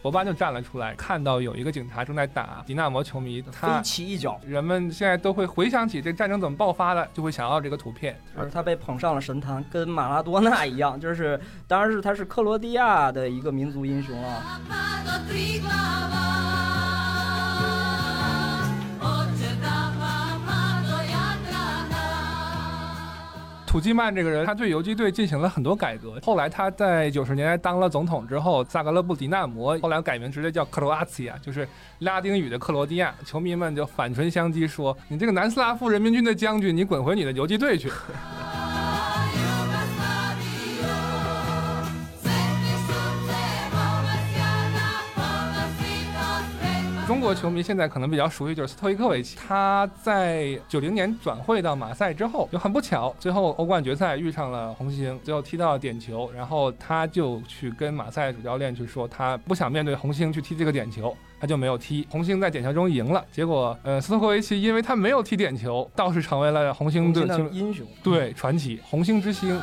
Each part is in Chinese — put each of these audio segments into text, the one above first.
博巴就站了出来，看到有一个警察正在打迪纳摩球迷，他飞起一脚， 人们现在都会回想起这战争怎么爆发的，就会想到这个图片。 而他被捧上了神坛，跟马拉多纳一样，就是当然是他是克罗地亚的一个民族英雄了。 土基曼这个人，他对游击队进行了很多改革。后来他在90年代当了总统之后，萨格勒布迪纳摩后来改名直接叫克罗阿茨亚，就是拉丁语的克罗地亚。球迷们就反唇相讥说：“你这个南斯拉夫人民军的将军，你滚回你的游击队去。”中国球迷现在可能比较熟悉就是斯托伊科维奇，他在90年转会到马赛之后，就很不巧，最后欧冠决赛遇上了红星，最后踢到了点球，然后他就去跟马赛主教练去说，他不想面对红星去踢这个点球，他就没有踢。红星在点球中赢了，结果斯托科维奇因为他没有踢点球，倒是成为了红星队的英雄， 对，传奇，红星之星。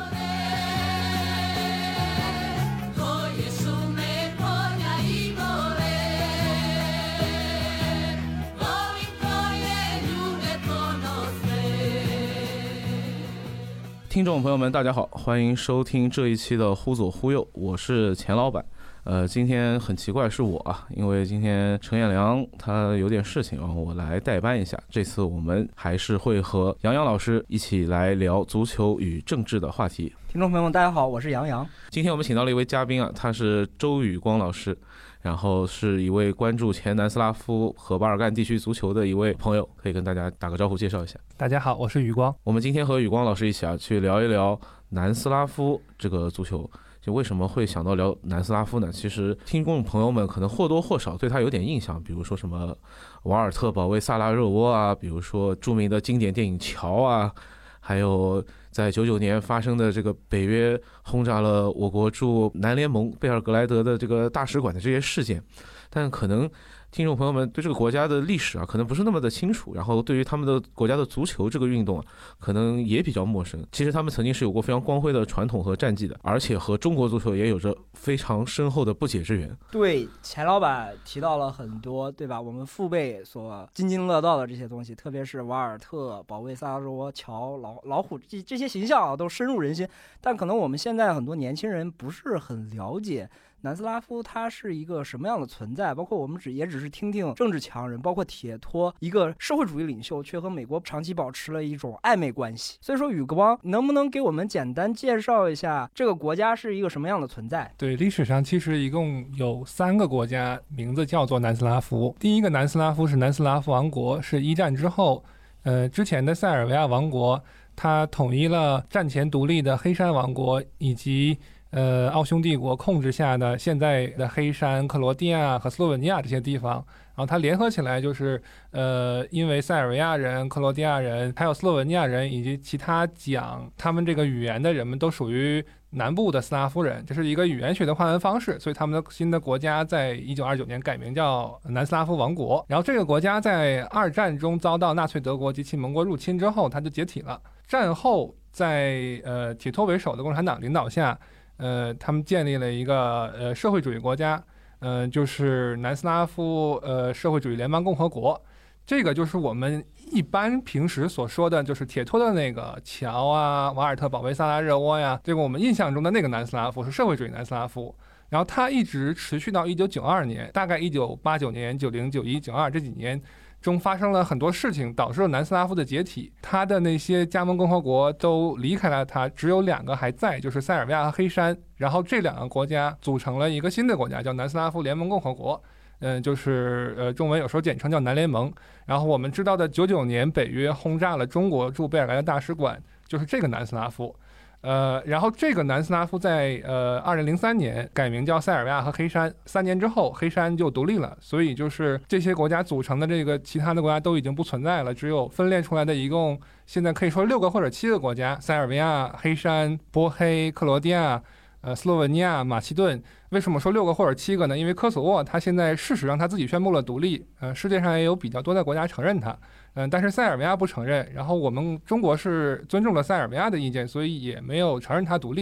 听众朋友们大家好，欢迎收听这一期的忽左忽右，我是钱老板。今天很奇怪是我啊，因为今天陈彦良他有点事情啊，我来代班一下。这次我们还是会和杨洋老师一起来聊足球与政治的话题。 听众朋友们大家好，我是杨洋。 今天我们请到了一位嘉宾啊，他是周宇光老师，然后是一位关注前南斯拉夫和巴尔干地区足球的一位朋友，可以跟大家打个招呼介绍一下。 大家好，我是宇光。 我们今天和宇光老师一起啊，去聊一聊南斯拉夫这个足球。就为什么会想到聊南斯拉夫呢？其实听众朋友们可能或多或少对他有点印象，比如说什么瓦尔特保卫萨拉热窝啊，比如说著名的经典电影《桥》啊，还有在99年发生的这个北约轰炸了我国驻南联盟贝尔格莱德的这个大使馆的这些事件。但可能听众朋友们对这个国家的历史啊，可能不是那么的清楚，然后对于他们的国家的足球这个运动啊，可能也比较陌生。其实他们曾经是有过非常光辉的传统和战绩的，而且和中国足球也有着非常深厚的不解之缘。 对，钱老板提到了很多，对吧？我们父辈所津津乐道的这些东西，特别是瓦尔特、保卫萨拉热窝、乔、老虎这些形象啊，都深入人心。但可能我们现在很多年轻人不是很了解南斯拉夫它是一个什么样的存在，包括我们也只是听听政治强人，包括铁托一个社会主义领袖，却和美国长期保持了一种暧昧关系。所以说宇光能不能给我们简单介绍一下这个国家是一个什么样的存在？ 对，历史上其实一共有3个国家，名字叫做南斯拉夫。第一个南斯拉夫是南斯拉夫王国，是一战之后之前的塞尔维亚王国，它统一了战前独立的黑山王国以及奥匈帝国控制下的现在的黑山、克罗地亚和斯洛文尼亚这些地方，然后它联合起来就是因为塞尔维亚人、克罗地亚人还有斯洛文尼亚人以及其他讲他们这个语言的人们都属于南部的斯拉夫人，这是一个语言学的划分方式，所以他们的新的国家在1929年改名叫南斯拉夫王国。然后这个国家在2战中遭到纳粹德国及其盟国入侵之后，它就解体了。战后在铁托为首的共产党领导下，他们建立了一个社会主义国家，就是南斯拉夫社会主义联邦共和国。这个就是我们一般平时所说的，就是铁托的那个乔啊、瓦尔特保卫萨拉热窝呀，这个我们印象中的那个南斯拉夫是社会主义南斯拉夫。然后它一直持续到1992年，大概1989年、90、91、92这几年中发生了很多事情，导致了南斯拉夫的解体。它的那些加盟共和国都离开了它，只有2个还在，就是塞尔维亚和黑山。然后这2个国家组成了一个新的国家，叫南斯拉夫联盟共和国。就是中文有时候简称叫南联盟。然后我们知道的99年北约轰炸了中国驻贝尔格莱德大使馆，就是这个南斯拉夫。然后这个南斯拉夫在2003年改名叫塞尔维亚和黑山，3年之后黑山就独立了，所以就是这些国家组成的这个其他的国家都已经不存在了，只有分裂出来的一共现在可以说6个或者7个国家：塞尔维亚、黑山、波黑、克罗地亚、斯洛文尼亚、马其顿。为什么说6个或者7个呢？因为科索沃它现在事实上它自己宣布了独立，世界上也有比较多的国家承认它，但是塞尔维亚不承认。然后我们中国是尊重了塞尔维亚的意见，所以也没有承认它独立。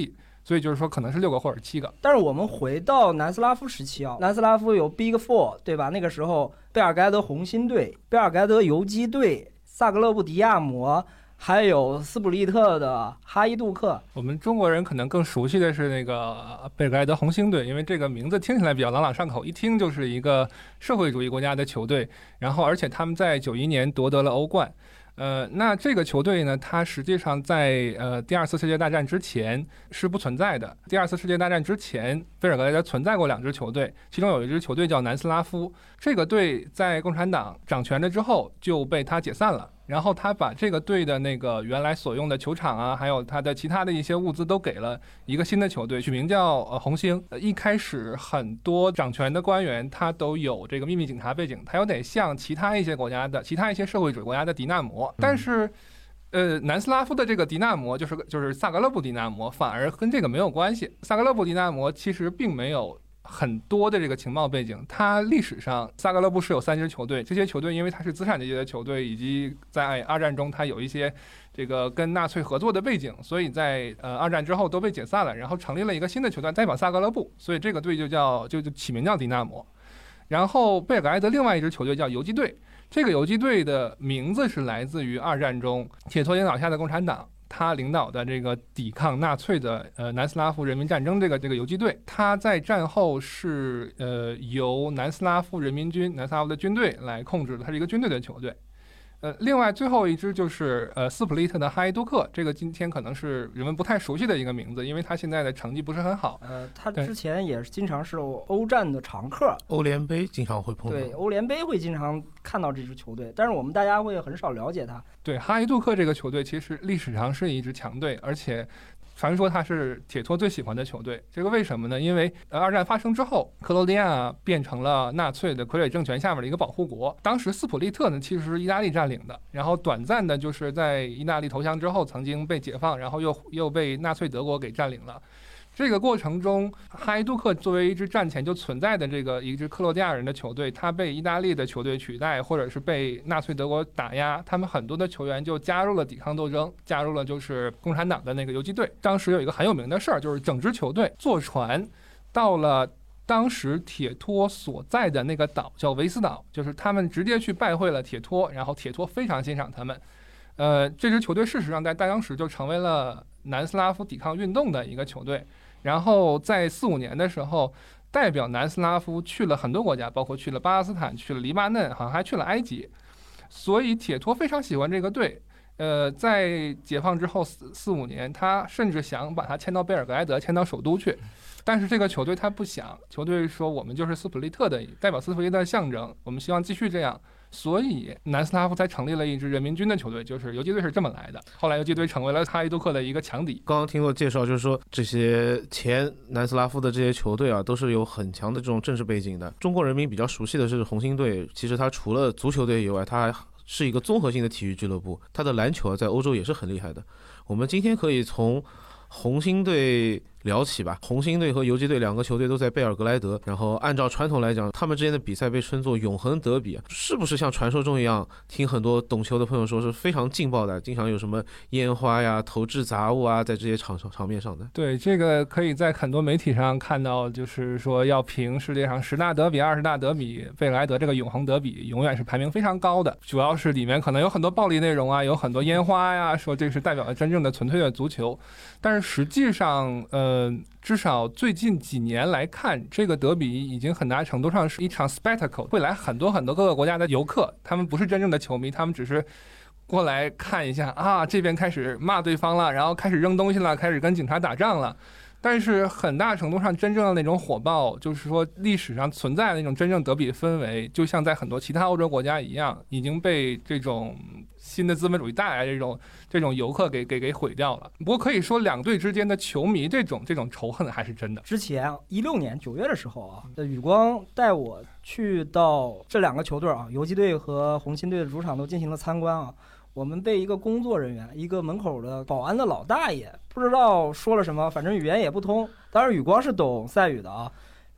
所以就是说可能是6个或者7个。 但是我们回到南斯拉夫时期啊，南斯拉夫有 Big Four， 对吧？那个时候贝尔格莱德红星队、贝尔格莱德游击队、萨格勒布迪亚摩，还有斯普利特的哈伊杜克。 我们中国人可能更熟悉的是那个贝尔格莱德红星队，因为这个名字听起来比较朗朗上口，一听就是一个社会主义国家的球队。然后，而且他们在91年夺得了欧冠。那这个球队呢，它实际上在第2次世界大战之前是不存在的。第2次世界大战之前，贝尔格莱德存在过2支球队，其中有一支球队叫南斯拉夫。这个队在共产党掌权了之后就被他解散了。然后他把这个队的那个原来所用的球场啊，还有他的其他的一些物资都给了一个新的球队，取名叫红星。一开始很多掌权的官员他都有这个秘密警察背景，他有点像其他一些国家的、其他一些社会主义国家的迪纳摩，但是南斯拉夫的这个迪纳摩就是萨格勒布迪纳摩，反而跟这个没有关系。萨格勒布迪纳摩其实并没有很多的这个情报背景，它历史上萨格勒布是有3支球队，这些球队因为它是资产阶级的球队，以及在2战中它有一些这个跟纳粹合作的背景，所以在2战之后都被解散了，然后成立了一个新的球队代表萨格勒布，所以这个队就起名叫迪纳摩。然后贝尔格莱德另外一支球队叫游击队，这个游击队的名字是来自于2战中铁托领导下的共产党他领导的这个抵抗纳粹的南斯拉夫人民战争这个游击队，他在战后是由南斯拉夫人民军南斯拉夫的军队来控制的，它是一个军队的球队。另外最后一支就是斯普利特的哈伊杜克，这个今天可能是人们不太熟悉的一个名字，因为他现在的成绩不是很好。 他之前也是经常是欧战的常客， 欧联杯经常会碰到。 对，欧联杯会经常看到这支球队，但是我们大家会很少了解他。 对，哈伊杜克这个球队其实历史上是一支强队，而且传说他是铁托最喜欢的球队。这个为什么呢？因为2战发生之后，克罗地亚变成了纳粹的傀儡政权下面的一个保护国。当时斯普利特呢其实是意大利占领的，然后短暂的就是在意大利投降之后曾经被解放，然后又被纳粹德国给占领了。这个过程中，哈伊杜克作为一支战前就存在的一支克罗地亚人的球队，他被意大利的球队取代，或者是被纳粹德国打压，他们很多的球员就加入了抵抗斗争，加入了就是共产党的那个游击队。当时有一个很有名的事儿，就是整支球队坐船到了当时铁托所在的那个岛，叫维斯岛，就是他们直接去拜会了铁托，然后铁托非常欣赏他们。这支球队事实上在当时就成为了南斯拉夫抵抗运动的一个球队。然后在45年的时候，代表南斯拉夫去了很多国家，包括去了巴勒斯坦，去了黎巴嫩，好像还去了埃及。所以铁托非常喜欢这个队。在解放之后45年，他甚至想把他迁到贝尔格莱德，迁到首都去。但是这个球队他不想，球队说我们就是斯普利特的代表斯普利特的象征，我们希望继续这样。所以南斯拉夫才成立了一支人民军的球队，就是游击队是这么来的。后来游击队成为了哈伊杜克的一个强敌。 刚刚听过介绍，就是说这些前南斯拉夫的这些球队啊，都是有很强的这种政治背景的。中国人民比较熟悉的是红星队，其实它除了足球队以外，它还是一个综合性的体育俱乐部，它的篮球在欧洲也是很厉害的。我们今天可以从红星队聊起吧。红星队和游击队2个球队都在贝尔格莱德，然后按照传统来讲，他们之间的比赛被称作永恒德比，是不是像传说中一样，听很多懂球的朋友说是非常劲爆的，经常有什么烟花呀、投掷杂物啊，在这些场面上的。 对，这个可以在很多媒体上看到，就是说要评世界上10大德比、20大德比，贝尔格莱德这个永恒德比永远是排名非常高的。主要是里面可能有很多暴力内容啊，有很多烟花呀，说这是代表了真正的纯粹的足球。但是实际上至少最近几年来看，这个德比已经很大程度上是一场 spectacle， 会来很多各个国家的游客，他们不是真正的球迷，他们只是过来看一下啊，这边开始骂对方了，然后开始扔东西了，开始跟警察打仗了。但是很大程度上真正的那种火爆，就是说历史上存在的那种真正德比氛围，就像在很多其他欧洲国家一样，已经被这种新的资本主义带来这种游客给毁掉了。不过可以说2队之间的球迷这种仇恨还是真的。 之前16年9月的时候啊，宇光带我去到这2个球队啊，游击队和红星队的主场都进行了参观啊。我们被一个工作人员，一个门口的保安的老大爷，不知道说了什么，反正语言也不通。当然宇光是懂塞语的啊，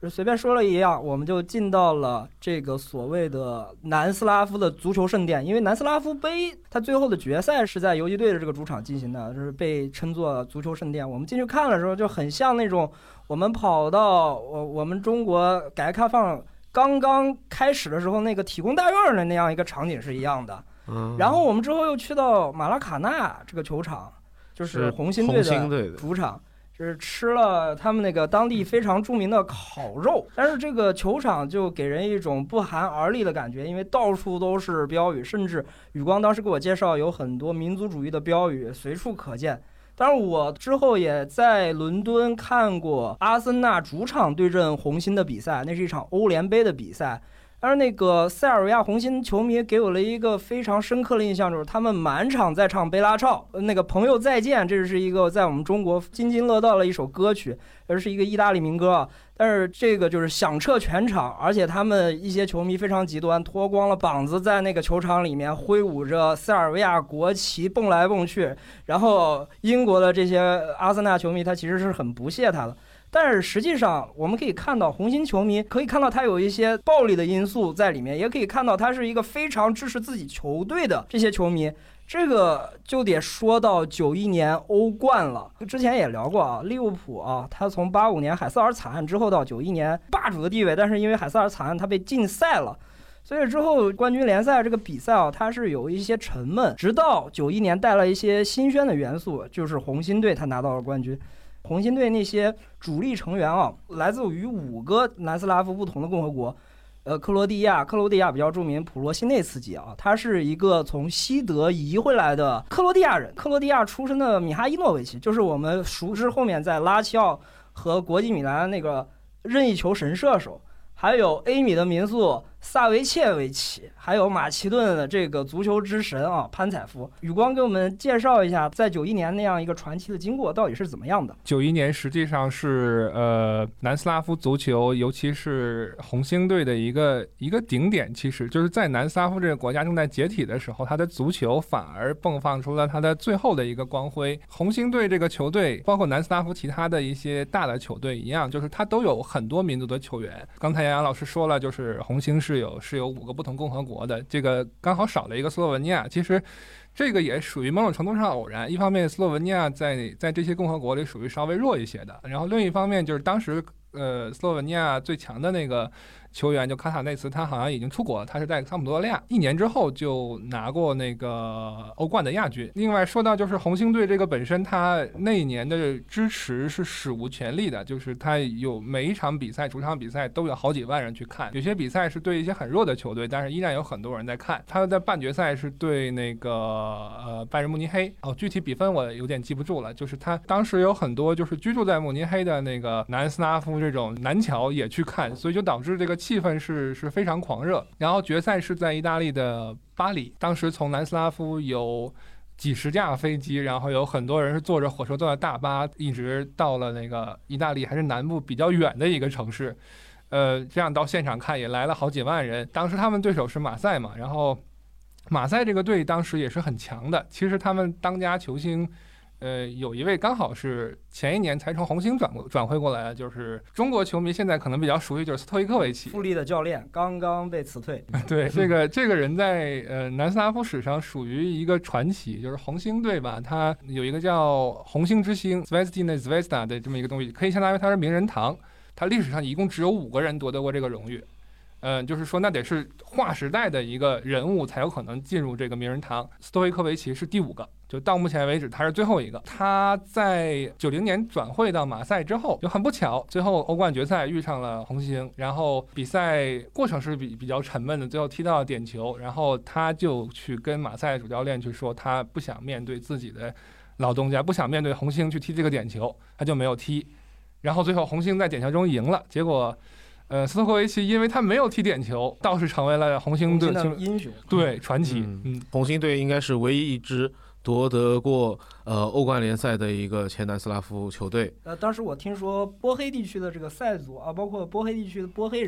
随便说了一样，我们就进到了这个所谓的南斯拉夫的足球圣殿。因为南斯拉夫杯它最后的决赛是在游击队的这个主场进行的，就是被称作足球圣殿。我们进去看的时候，就很像那种我们跑到我们中国改革开放刚刚开始的时候那个体工大院的那样一个场景是一样的。然后我们之后又去到马拉卡纳这个球场，就是红星队的主场。就是吃了他们那个当地非常著名的烤肉，但是这个球场就给人一种不寒而栗的感觉，因为到处都是标语，甚至宇光当时给我介绍有很多民族主义的标语随处可见。当然我之后也在伦敦看过阿森纳主场对阵红星的比赛，那是一场欧联杯的比赛。但是那个塞尔维亚红星球迷给我了一个非常深刻的印象，就是他们满场在唱贝拉唱那个朋友再见，这是一个在我们中国津津乐道的一首歌曲，而是一个意大利民歌啊。但是这个就是响彻全场，而且他们一些球迷非常极端，脱光了膀子在那个球场里面挥舞着塞尔维亚国旗蹦来蹦去，然后英国的这些阿森纳球迷他其实是很不屑他的。但是实际上我们可以看到红星球迷可以看到他有一些暴力的因素在里面，也可以看到他是一个非常支持自己球队的这些球迷。这个就得说到91年欧冠了，之前也聊过啊，利物浦啊，他从85年海瑟尔惨案之后到91年霸主的地位，但是因为海瑟尔惨案他被禁赛了，所以之后冠军联赛这个比赛啊，它是有一些沉闷，直到91年带了一些新鲜的元素，就是红星队他拿到了冠军。红星队那些主力成员啊，来自于5个南斯拉夫不同的共和国。克罗地亚比较著名，普罗西内茨基啊，他是一个从西德移回来的克罗地亚人，克罗地亚出身的米哈伊诺维奇，就是我们熟知后面在拉齐奥和国际米兰那个任意球神射手，还有 A 米的民宿萨维切维奇，还有马其顿的这个足球之神啊潘采夫。宇光给我们介绍一下在91年那样一个传奇的经过到底是怎么样的。 91年实际上是南斯拉夫足球尤其是红星队的一个顶点，其实就是在南斯拉夫这个国家正在解体的时候，它的足球反而迸放出了它的最后的一个光辉。红星队这个球队包括南斯拉夫其他的一些大的球队一样，就是它都有很多民族的球员。刚才杨洋老师说了，就是红星是有5个不同共和国的，这个刚好少了一个斯洛文尼亚。其实这个也属于某种程度上偶然，一方面斯洛文尼亚在这些共和国里属于稍微弱一些的，然后另一方面就是当时斯洛文尼亚最强的那个球员就卡塔内茨，他好像已经出国了，他是在桑普多利亚，1年之后就拿过那个欧冠的亚军。另外说到就是红星队这个本身，他那一年的支持是史无前例的，就是他有每一场比赛主场比赛都有好几万人去看，有些比赛是对一些很弱的球队，但是依然有很多人在看。他在半决赛是对那个拜仁慕尼黑，具体比分我有点记不住了，就是他当时有很多就是居住在慕尼黑的那个南斯拉夫这种南侨也去看，所以就导致这个气氛是非常狂热。然后决赛是在意大利的巴黎，当时从南斯拉夫有几十架飞机，然后有很多人是坐着火车坐着大巴，一直到了那个意大利还是南部比较远的一个城市。这样到现场看也来了好几万人。当时他们对手是马赛嘛，然后马赛这个队当时也是很强的。其实他们当家球星有一位刚好是前一年才从红星转会过来的，就是中国球迷现在可能比较熟悉，就是斯托伊科维奇， 富力的教练刚刚被辞退。 对，这个人在南斯拉夫史上属于一个传奇，就是红星队吧，他有一个叫红星之星 Zvezdina Zvezda 的这么一个东西，可以相当于他是名人堂。他历史上一共只有5个人夺得过这个荣誉。就是说那得是划时代的一个人物才有可能进入这个名人堂。斯托维科维奇是第5个，就到目前为止他是最后一个。他在90年转会到马赛之后，就很不巧，最后欧冠决赛遇上了红星，然后比赛过程是比较沉闷的，最后踢到了点球，然后他就去跟马赛主教练去说，他不想面对自己的老东家，不想面对红星去踢这个点球，他就没有踢。然后最后红星在点球中赢了，结果斯托科维奇因为他没有踢点球，倒是成为了红星队的英雄， 对，传奇。 红星队应该是唯一一支夺得过欧冠联赛的一个前南斯拉夫球队。 当时我听说波黑地区的这个塞族啊，包括波黑地区的波黑人，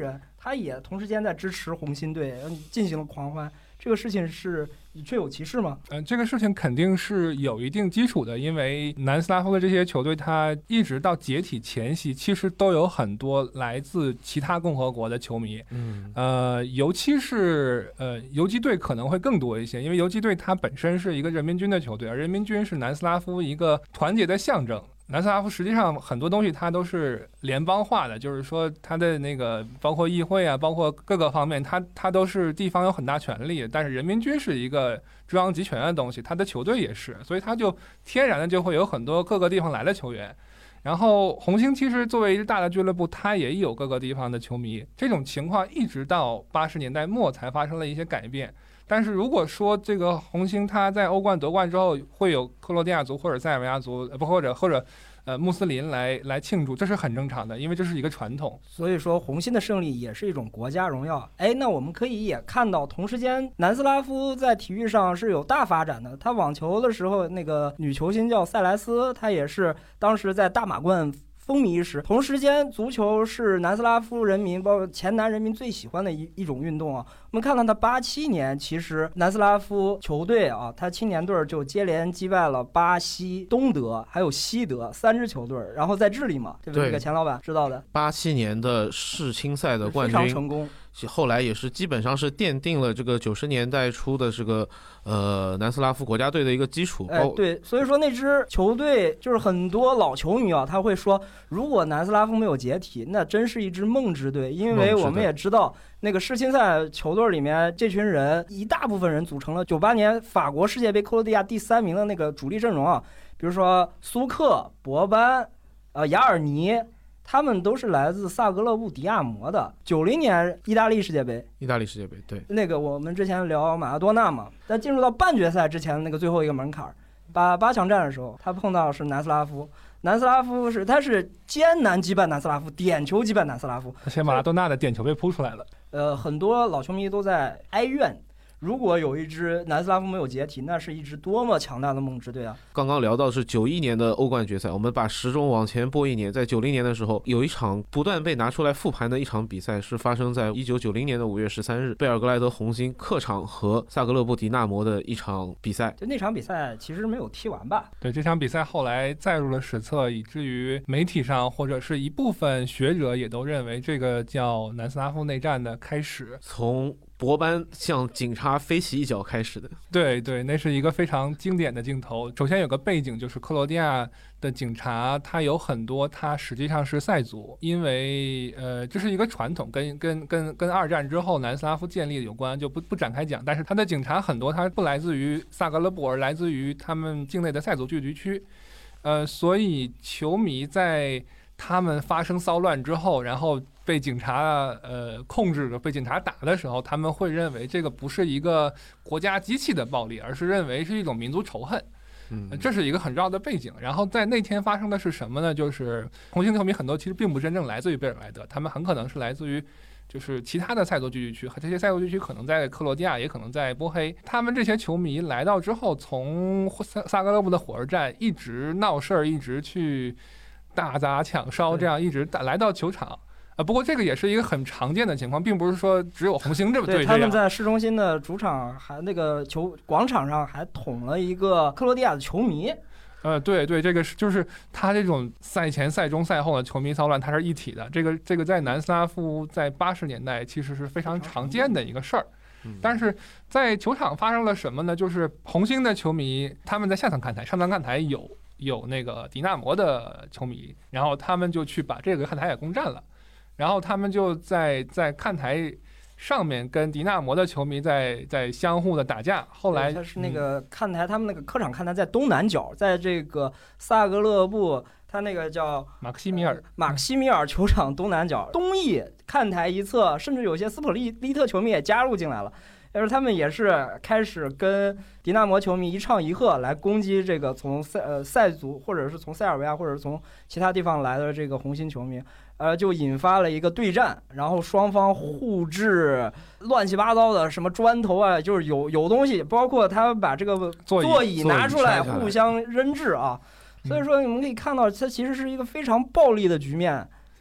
他也同时间在支持红星队进行了狂欢，这个事情是确有其事吗？ 这个事情肯定是有一定基础的，因为南斯拉夫的这些球队，它一直到解体前夕，其实都有很多来自其他共和国的球迷。尤其是游击队可能会更多一些，因为游击队它本身是一个人民军的球队，而人民军是南斯拉夫一个团结的象征。南斯拉夫实际上很多东西它都是联邦化的，就是说它的那个包括议会啊，包括各个方面，它都是地方有很大权力，但是人民军是一个中央集权的东西，它的球队也是，所以它就天然的就会有很多各个地方来的球员。然后红星其实作为一支大的俱乐部，它也有各个地方的球迷，这种情况一直到80年代末才发生了一些改变。但是如果说这个红星它在欧冠夺冠之后会有克罗地亚族或者塞尔维亚族或者穆斯林来庆祝，这是很正常的，因为这是一个传统。 所以说红星的胜利也是一种国家荣耀。那我们可以也看到，同时间南斯拉夫在体育上是有大发展的。他网球的时候，那个女球星叫塞莱斯，她也是当时在大满贯风靡一时。同时间，足球是南斯拉夫人民包括前南人民最喜欢的一种运动啊。我们看到他87年，其实南斯拉夫球队啊，他青年队就接连击败了巴西、东德还有西德3支球队，然后在智利嘛，对不对？这个钱老板知道的。 87年的世青赛的冠军非常成功。 后来也是基本上是奠定了这个90年代初的这个南斯拉夫国家队的一个基础。 对，所以说那支球队就是很多老球迷啊，他会说，如果南斯拉夫没有解体，那真是一支梦之队，因为我们也知道那个世青赛球队里面这群人一大部分人组成了98年法国世界杯克罗地亚第3名的那个主力阵容啊，比如说苏克、博班、雅尔尼。他们都是来自萨格勒布迪亚摩的。90年意大利世界杯， 对， 那个我们之前聊马拉多纳嘛，在进入到半决赛之前的那个最后一个门槛，8强战的时候，他碰到是南斯拉夫。南斯拉夫他是艰难击败南斯拉夫，点球击败南斯拉夫， 而且马拉多纳的点球被扑出来了。 很多老球迷都在哀怨。如果有一支南斯拉夫没有解体，那是一支多么强大的梦之队啊！ 刚刚聊到是91年的欧冠决赛，我们把时钟往前拨一年，在90年的时候，有一场不断被拿出来复盘的一场比赛，是发生在1990年的5月13日，贝尔格莱德红星客场和萨格勒布迪纳摩的一场比赛。 就那场比赛其实没有踢完吧？ 对，这场比赛后来载入了史册，以至于媒体上或者是一部分学者也都认为这个叫南斯拉夫内战的开始， 从博班向警察飞起一脚开始的。 对，那是一个非常经典的镜头。首先有个背景，就是克罗地亚的警察，他有很多他实际上是塞族，因为这是一个传统，跟二战之后南斯拉夫建立有关，就不展开讲。但是他的警察很多，他不来自于萨格勒布，而来自于他们境内的塞族聚居区。所以球迷在他们发生骚乱之后，然后被警察控制着，被警察打的时候，他们会认为这个不是一个国家机器的暴力，而是认为是一种民族仇恨。这是一个很重要的背景。然后在那天发生的是什么呢？就是红星球迷很多其实并不真正来自于贝尔莱德，他们很可能是来自于就是其他的塞族聚居区，和这些塞族聚居区可能在克罗地亚，也可能在波黑。他们这些球迷来到之后，从萨格勒布的火车站一直闹事儿，一直去大砸抢烧，这样一直来到球场。不过这个也是一个很常见的情况，并不是说只有红星这么对。 他们在市中心的主场还那个广场上还捅了一个克罗地亚的球迷。 对，这个是就是他这种赛前、赛中、赛后的球迷骚乱，它是一体的。这个在南斯拉夫在80年代其实是非常常见的一个事儿。但是在球场发生了什么呢？就是红星的球迷他们在下层看台，上层看台有那个迪纳摩的球迷，然后他们就去把这个看台也攻占了。然后他们就在看台上面跟迪纳摩的球迷在相互的打架。后来他是那个看台，他们那个客场看台在东南角，在这个萨格勒布，他那个叫马克西米尔球场东南角东翼看台一侧，甚至有些斯普利特球迷也加入进来了。但是他们也是开始跟迪纳摩球迷一唱一和来攻击这个从塞族或者是从塞尔维亚或者是从其他地方来的这个红星球迷，就引发了一个对战，然后双方互掷乱七八糟的什么砖头啊，就是有东西，包括他把这个座椅拿出来互相扔掷啊。所以说你们可以看到，它其实是一个非常暴力的局面。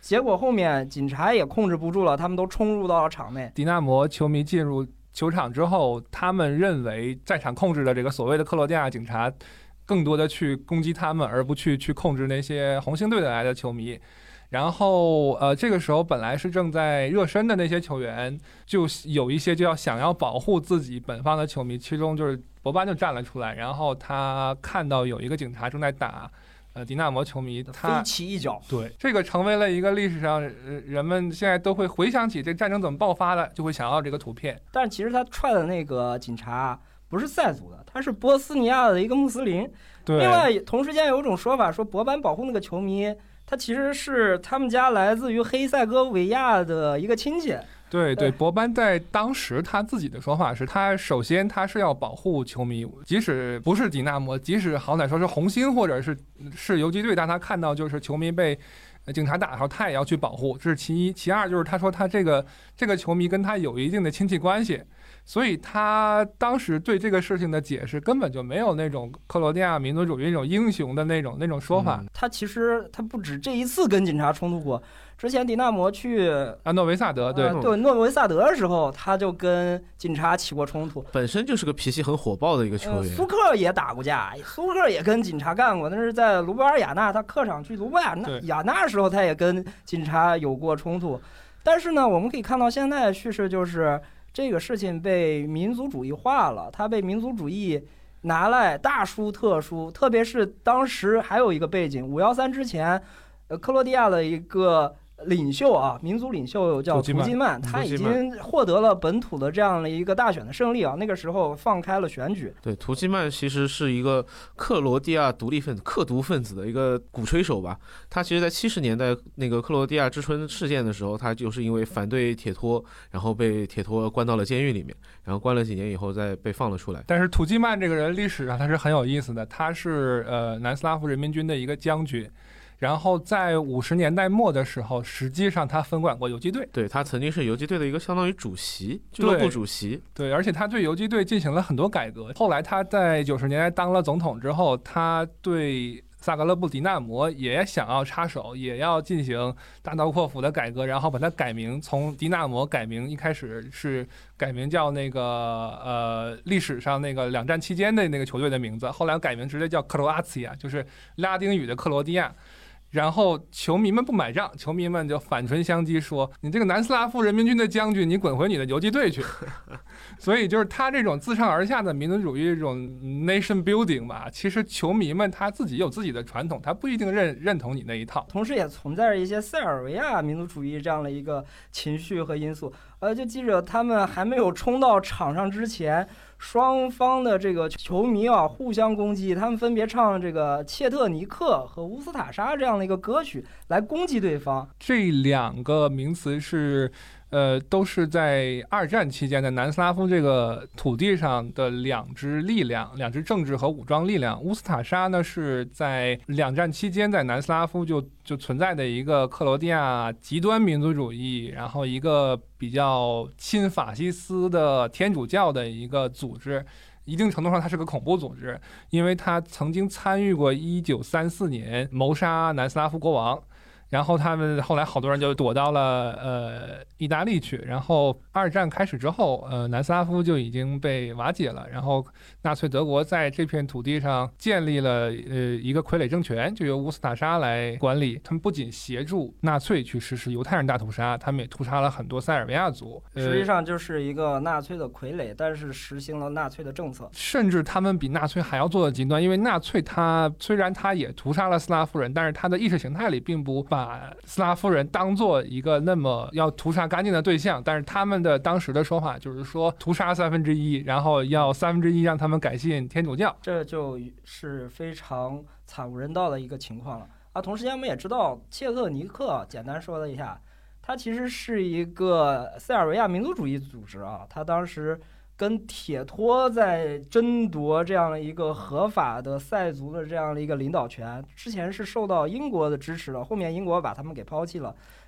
结果后面警察也控制不住了，他们都冲入到了场内。 迪纳摩球迷进入球场之后，他们认为在场控制的这个所谓的克罗地亚警察更多的去攻击他们，而不去控制那些红星队的来的球迷。然后这个时候本来是正在热身的那些球员，就有一些就想要保护自己本方的球迷，其中就是博班就站了出来，然后他看到有一个警察正在打迪纳摩球迷，他飞起一脚。 对，这个成为了一个历史上人们现在都会回想起这战争怎么爆发的，就会想到这个图片。 但其实他踹的那个警察不是塞族的，他是波斯尼亚的一个穆斯林。 对， 另外同时间有一种说法说博班保护那个球迷，他其实是他们家来自于黑塞哥维亚的一个亲戚。 对对，博班在当时他自己的说法是，他首先他是要保护球迷，即使不是迪纳摩，即使好歹说是红星或者是游击队，但他看到就是球迷被警察打的时候，他也要去保护，这是其一。其二就是他说他这个球迷跟他有一定的亲戚关系，所以他当时对这个事情的解释根本就没有那种克罗地亚民族主义那种英雄的那种说法。 他其实他不止这一次跟警察冲突过，之前迪纳摩去诺维萨德，对诺维萨德的时候，他就跟警察起过冲突， 本身就是个脾气很火爆的一个球员。 苏克也打过架，苏克也跟警察干过，那是在卢布尔雅纳，他客场去卢布尔雅纳的时候，他也跟警察有过冲突。但是呢，我们可以看到现在的叙事就是这个事情被民族主义化了，它被民族主义拿来大书特书，特别是当时还有一个背景，513之前，克罗地亚的一个领袖啊，民族领袖叫图基曼，他已经获得了本土的这样的一个大选的胜利啊。那个时候放开了选举。 对，图基曼其实是一个克罗地亚独立分子、克独分子的一个鼓吹手吧。他其实，在70年代那个克罗地亚之春事件的时候，他就是因为反对铁托，然后被铁托关到了监狱里面，然后关了几年以后再被放了出来。 但是图基曼这个人历史上他是很有意思的，他是南斯拉夫人民军的一个将军。然后在50年代末的时候，实际上他分管过游击队。 对，他曾经是游击队的一个相当于主席，俱乐部主席。 对，而且他对游击队进行了很多改革。后来他在90年代当了总统之后，他对萨格勒布迪纳摩也想要插手，也要进行大刀阔斧的改革，然后把它改名，从迪纳摩改名，一开始是改名叫那个历史上那个两战期间的那个球队的名字，后来改名直接叫克罗阿茨亚，就是拉丁语的克罗地亚。然后球迷们不买账，球迷们就反唇相讥说：“你这个南斯拉夫人民军的将军，你滚回你的游击队去。”所以就是他这种自上而下的民族主义这种 nation building 吧，其实球迷们他自己有自己的传统，他不一定认同你那一套。 同时也存在着一些塞尔维亚民族主义这样的一个情绪和因素。就记着他们还没有冲到场上之前，双方的这个球迷啊互相攻击，他们分别唱这个切特尼克和乌斯塔沙这样的一个歌曲来攻击对方。 这两个名词是都是在二战期间的南斯拉夫这个土地上的两支力量，两支政治和武装力量。乌斯塔沙呢是在两战期间在南斯拉夫就存在的一个克罗地亚极端民族主义，然后一个比较亲法西斯的天主教的一个组织。一定程度上它是个恐怖组织，因为它曾经参与过1934年谋杀南斯拉夫国王。然后他们后来好多人就躲到了意大利去，然后二战开始之后，南斯拉夫就已经被瓦解了，然后纳粹德国在这片土地上建立了一个傀儡政权，就由乌斯塔沙来管理。他们不仅协助纳粹去实施犹太人大屠杀，他们也屠杀了很多塞尔维亚族， 实际上就是一个纳粹的傀儡，但是实行了纳粹的政策。 甚至他们比纳粹还要做的极端，因为纳粹他虽然他也屠杀了斯拉夫人，但是他的意识形态里并不把斯拉夫人当做一个那么要屠杀干净的对象，但是他们的当时的说法就是说屠杀1/3，然后要1/3让他们改信天主教， 这就是非常惨无人道的一个情况了啊。同时间我们也知道切特尼克，简单说了一下，它其实是一个塞尔维亚民族主义组织啊，它当时跟铁托在争夺这样的一个合法的塞族的这样的一个领导权，之前是受到英国的支持的，后面英国把他们给抛弃了。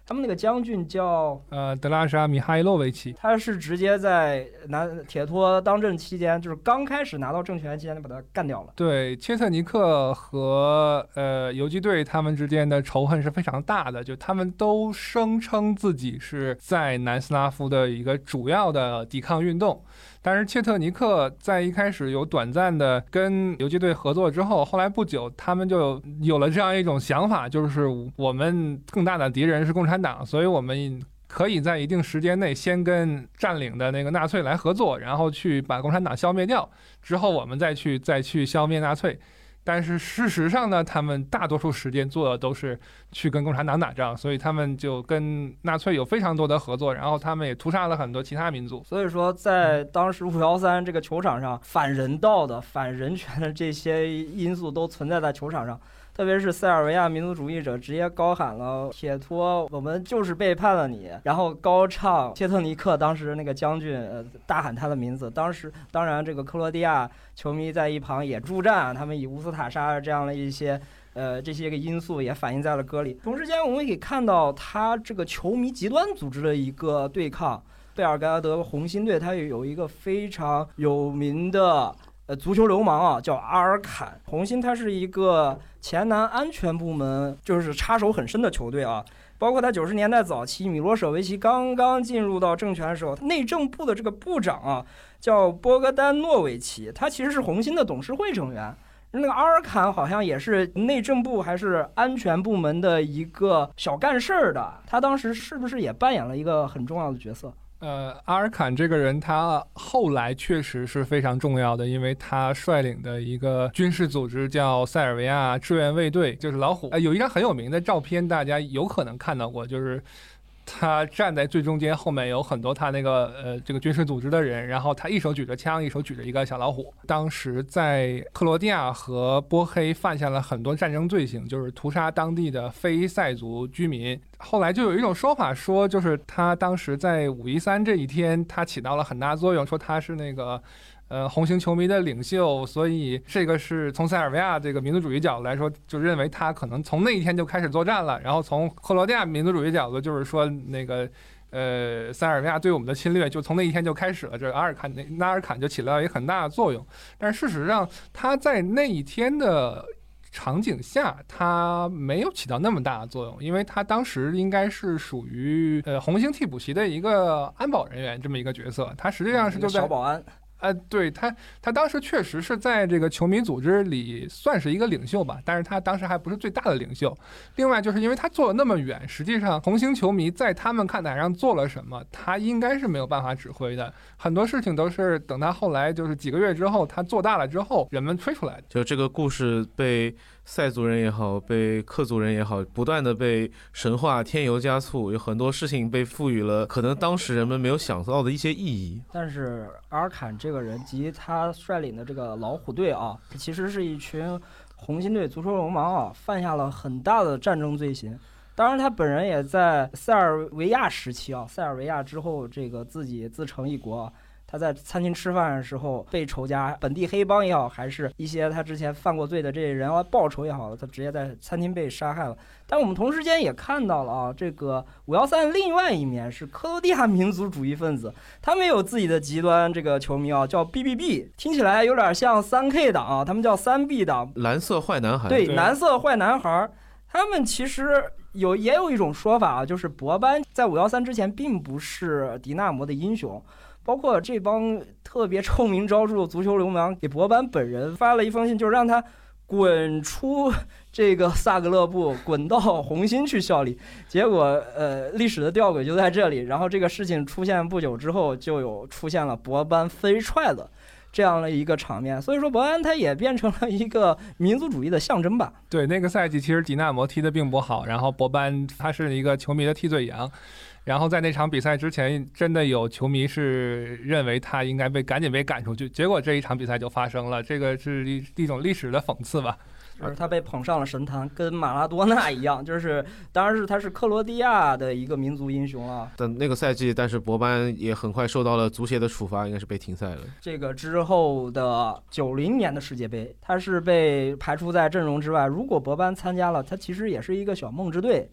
他们那个将军叫德拉沙米哈伊洛维奇， 他是直接在铁托当政期间，就是刚开始拿到政权期间就把他干掉了。 对，切特尼克和游击队他们之间的仇恨是非常大的，就他们都声称自己是在南斯拉夫的一个主要的抵抗运动。但是切特尼克在一开始有短暂的跟游击队合作之后，后来不久他们就有了这样一种想法，就是我们更大的敌人是共产党，所以我们可以在一定时间内先跟占领的那个纳粹来合作，然后去把共产党消灭掉，之后我们再去消灭纳粹。但是事实上呢，他们大多数时间做的都是去跟共产党打仗，所以他们就跟纳粹有非常多的合作，然后他们也屠杀了很多其他民族。 所以说，在当时513这个球场上，反人道的、反人权的这些因素都存在在球场上。特别是塞尔维亚民族主义者直接高喊了铁托，我们就是背叛了你，然后高唱切特尼克当时那个将军大喊他的名字。当然这个克罗地亚球迷在一旁也助战，他们以乌斯塔沙这样的一些这些个因素也反映在了歌里。同时间我们可以看到他这个球迷极端组织的一个对抗。贝尔格拉德红星队它有一个非常有名的足球流氓啊，叫阿尔坎。红星它是一个前南安全部门就是插手很深的球队啊，包括他90年代早期米罗舍维奇刚刚进入到政权的时候，内政部的这个部长啊叫波格丹诺维奇，他其实是红星的董事会成员。那个阿尔坎好像也是内政部还是安全部门的一个小干事儿的，他当时是不是也扮演了一个很重要的角色？ 阿尔坎这个人他后来确实是非常重要的，因为他率领的一个军事组织叫塞尔维亚志愿卫队，就是老虎。有一张很有名的照片，大家有可能看到过，就是他站在最中间，后面有很多他那个这个军事组织的人，然后他一手举着枪，一手举着一个小老虎。当时在克罗地亚和波黑犯下了很多战争罪行，就是屠杀当地的非塞族居民。后来就有一种说法说，就是他当时在513这一天，他起到了很大作用，说他是那个红星球迷的领袖，所以这个是从塞尔维亚这个民族主义角度来说，就认为他可能从那一天就开始作战了。然后从克罗地亚民族主义角度，就是说那个塞尔维亚对我们的侵略就从那一天就开始了。这个纳尔坎就起到一个很大的作用。但是事实上，他在那一天的场景下，他没有起到那么大的作用，因为他当时应该是属于红星替补席的一个安保人员这么一个角色，他实际上是就在小保安。 对，他当时确实是在这个球迷组织里算是一个领袖吧，但是他当时还不是最大的领袖。另外就是因为他坐了那么远，实际上红星球迷在他们看台上做了什么，他应该是没有办法指挥的。很多事情都是等他后来就是几个月之后，他做大了之后，人们吹出来的。 就这个故事被塞族人也好，被克族人也好，不断的被神话添油加醋，有很多事情被赋予了可能当时人们没有想到的一些意义。 但是阿尔坎这个人及他率领的这个老虎队啊，其实是一群红星队足球流氓啊，犯下了很大的战争罪行。当然他本人也在塞尔维亚时期啊，塞尔维亚之后这个自己自成一国，他在餐厅吃饭的时候被仇家本地黑帮也好，还是一些他之前犯过罪的这些人报仇也好，他直接在餐厅被杀害了。但我们同时间也看到了啊，这个513另外一面是克罗地亚民族主义分子，他们有自己的极端这个球迷啊，叫 BBB， 听起来有点像3K 党啊，他们叫3B 党， 蓝色坏男孩。 对，蓝色坏男孩。他们其实也有一种说法啊，就是博班在513之前并不是迪纳摩的英雄。包括这帮特别臭名昭著的足球流氓给博班本人发了一封信，就是让他滚出这个萨格勒布，滚到红星去效力。结果历史的吊诡就在这里。然后这个事情出现不久之后，就出现了博班飞踹的这样的一个场面。所以说博班他也变成了一个民族主义的象征吧。 对，那个赛季其实迪纳摩踢得并不好，然后博班他是一个球迷的替罪羊。然后在那场比赛之前，真的有球迷是认为他应该赶紧被赶出去，结果这一场比赛就发生了，这个是一种历史的讽刺吧。 就是他被捧上了神坛，跟马拉多纳一样，就是当然是他是克罗地亚的一个民族英雄了。 但那个赛季，但是博班也很快受到了足协的处罚，应该是被停赛了。 这个之后的90年的世界杯，他是被排除在阵容之外。如果博班参加了，他其实也是一个小梦之队。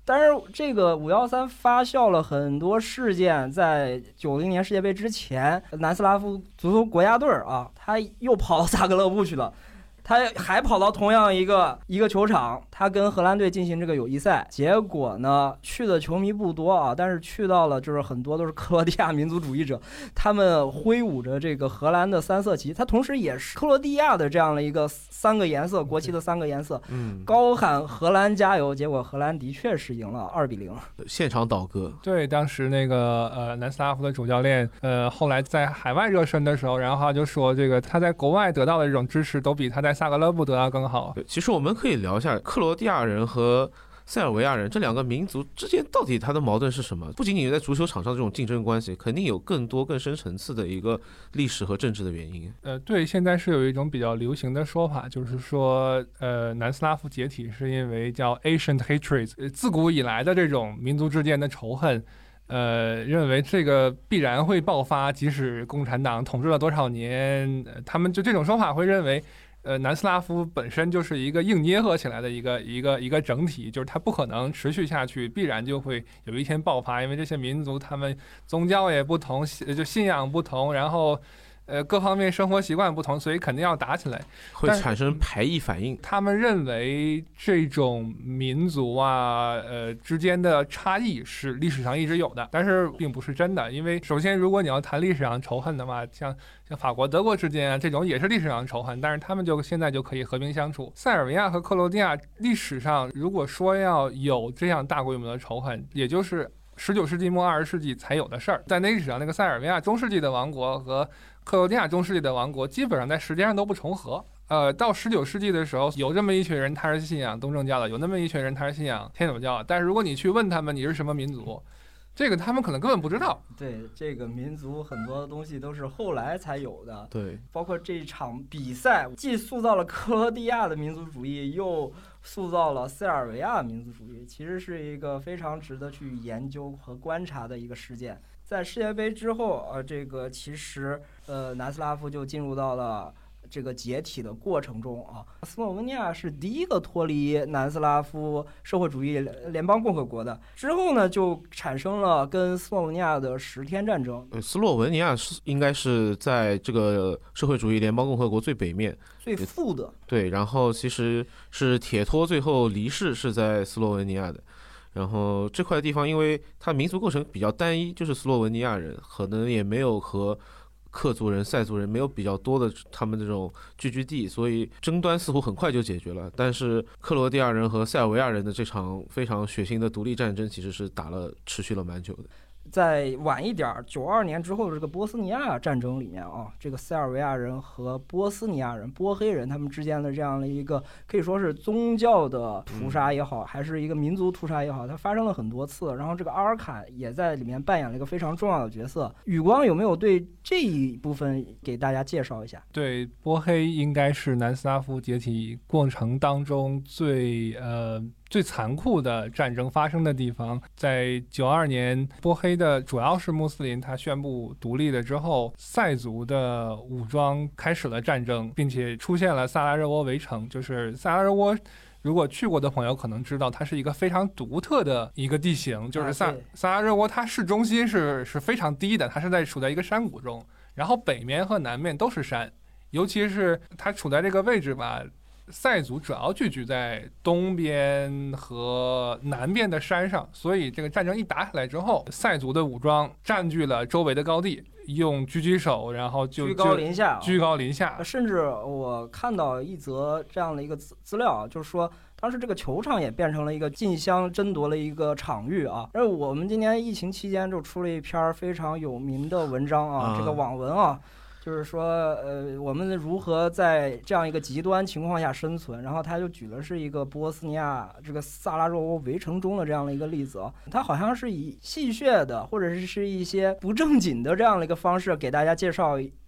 但是这个513发酵了很多事件，在90年世界杯之前，南斯拉夫足球国家队啊，他又跑到萨格勒布去了。他还跑到同样一个球场，他跟荷兰队进行这个友谊赛，结果呢，去的球迷不多啊，但是去到了就是很多都是克罗地亚民族主义者，他们挥舞着这个荷兰的3色旗，他同时也是克罗地亚的这样的一个3个颜色，国旗的3个颜色，高喊荷兰加油，结果荷兰的确是赢了2-0， 现场倒戈。 对，当时那个南斯拉夫的主教练后来在海外热身的时候，然后他就说这个他在国外得到的这种支持都比他在萨格勒布得到更好。 其实我们可以聊一下克罗地亚人和塞尔维亚人这两个民族之间到底它的矛盾是什么？不仅仅在足球场上这种竞争关系，肯定有更多更深层次的一个历史和政治的原因。 对，现在是有一种比较流行的说法，就是说南斯拉夫解体是因为叫 ancient hatred， 自古以来的这种民族之间的仇恨。认为这个必然会爆发，即使共产党统治了多少年，他们就这种说法会认为，南斯拉夫本身就是一个硬捏合起来的一个整体，就是它不可能持续下去，必然就会有一天爆发，因为这些民族他们宗教也不同，就信仰不同，然后各方面生活习惯不同，所以肯定要打起来， 会产生排异反应。 他们认为这种民族之间的差异是历史上一直有的，但是并不是真的。因为首先，如果你要谈历史上仇恨的话，像法国、德国之间这种也是历史上仇恨，但是他们现在就可以和平相处。塞尔维亚和克罗地亚历史上，如果说要有这样大规模的仇恨，也就是19世纪末20世纪才有的事儿。在那历史上，那个塞尔维亚中世纪的王国和克罗地亚中世纪的王国基本上在时间上都不重合。到19世纪的时候，有这么一群人他是信仰东正教的，有那么一群人他是信仰天主教的，但是如果你去问他们你是什么民族，这个他们可能根本不知道。 对，这个民族很多东西都是后来才有的。 对， 包括这场比赛既塑造了克罗地亚的民族主义，又塑造了塞尔维亚民族主义，其实是一个非常值得去研究和观察的一个事件。在世界杯之后，这个其实南斯拉夫就进入到了这个解体的过程中啊。斯洛文尼亚是第一个脱离南斯拉夫社会主义联邦共和国的，之后呢就产生了跟斯洛文尼亚的10天战争。 斯洛文尼亚应该是在这个社会主义联邦共和国最北面、 最富的。 对，然后其实是铁托最后离世是在斯洛文尼亚的。然后这块地方，因为它民族构成比较单一，就是斯洛文尼亚人，可能也没有和克族人、塞族人没有比较多的他们这种聚居地，所以争端似乎很快就解决了。但是克罗地亚人和塞尔维亚人的这场非常血腥的独立战争，其实是持续了蛮久的。 再晚一点，92年之后的这个波斯尼亚战争里面啊，这个塞尔维亚人和波斯尼亚人、波黑人他们之间的这样的一个可以说是宗教的屠杀也好，还是一个民族屠杀也好，它发生了很多次。然后这个阿尔坎也在里面扮演了一个非常重要的角色。宇光有没有对这一部分给大家介绍一下？ 对，波黑应该是南斯拉夫解体过程当中最残酷的战争发生的地方。在92年，波黑的主要是穆斯林，他宣布独立了之后，塞族的武装开始了战争，并且出现了萨拉热窝围城。就是萨拉热窝，如果去过的朋友可能知道，它是一个非常独特的一个地形，就是萨拉热窝它市中心是非常低的，它是处在一个山谷中，然后北面和南面都是山，尤其是它处在这个位置吧。塞族主要聚居在东边和南边的山上，所以这个战争一打起来之后，塞族的武装占据了周围的高地，用狙击手，然后就居高临下， 居高临下。 甚至我看到一则这样的一个资料，就是说当时这个球场也变成了一个竞相争夺了一个场域啊。而我们今年疫情期间就出了一篇非常有名的文章啊，这个网文啊。就是说，我们如何在这样一个极端情况下生存？然后他就举的是一个波斯尼亚这个萨拉热窝围城中的这样的一个例子，他好像是以戏谑的或者是一些不正经的这样的一个方式给大家介绍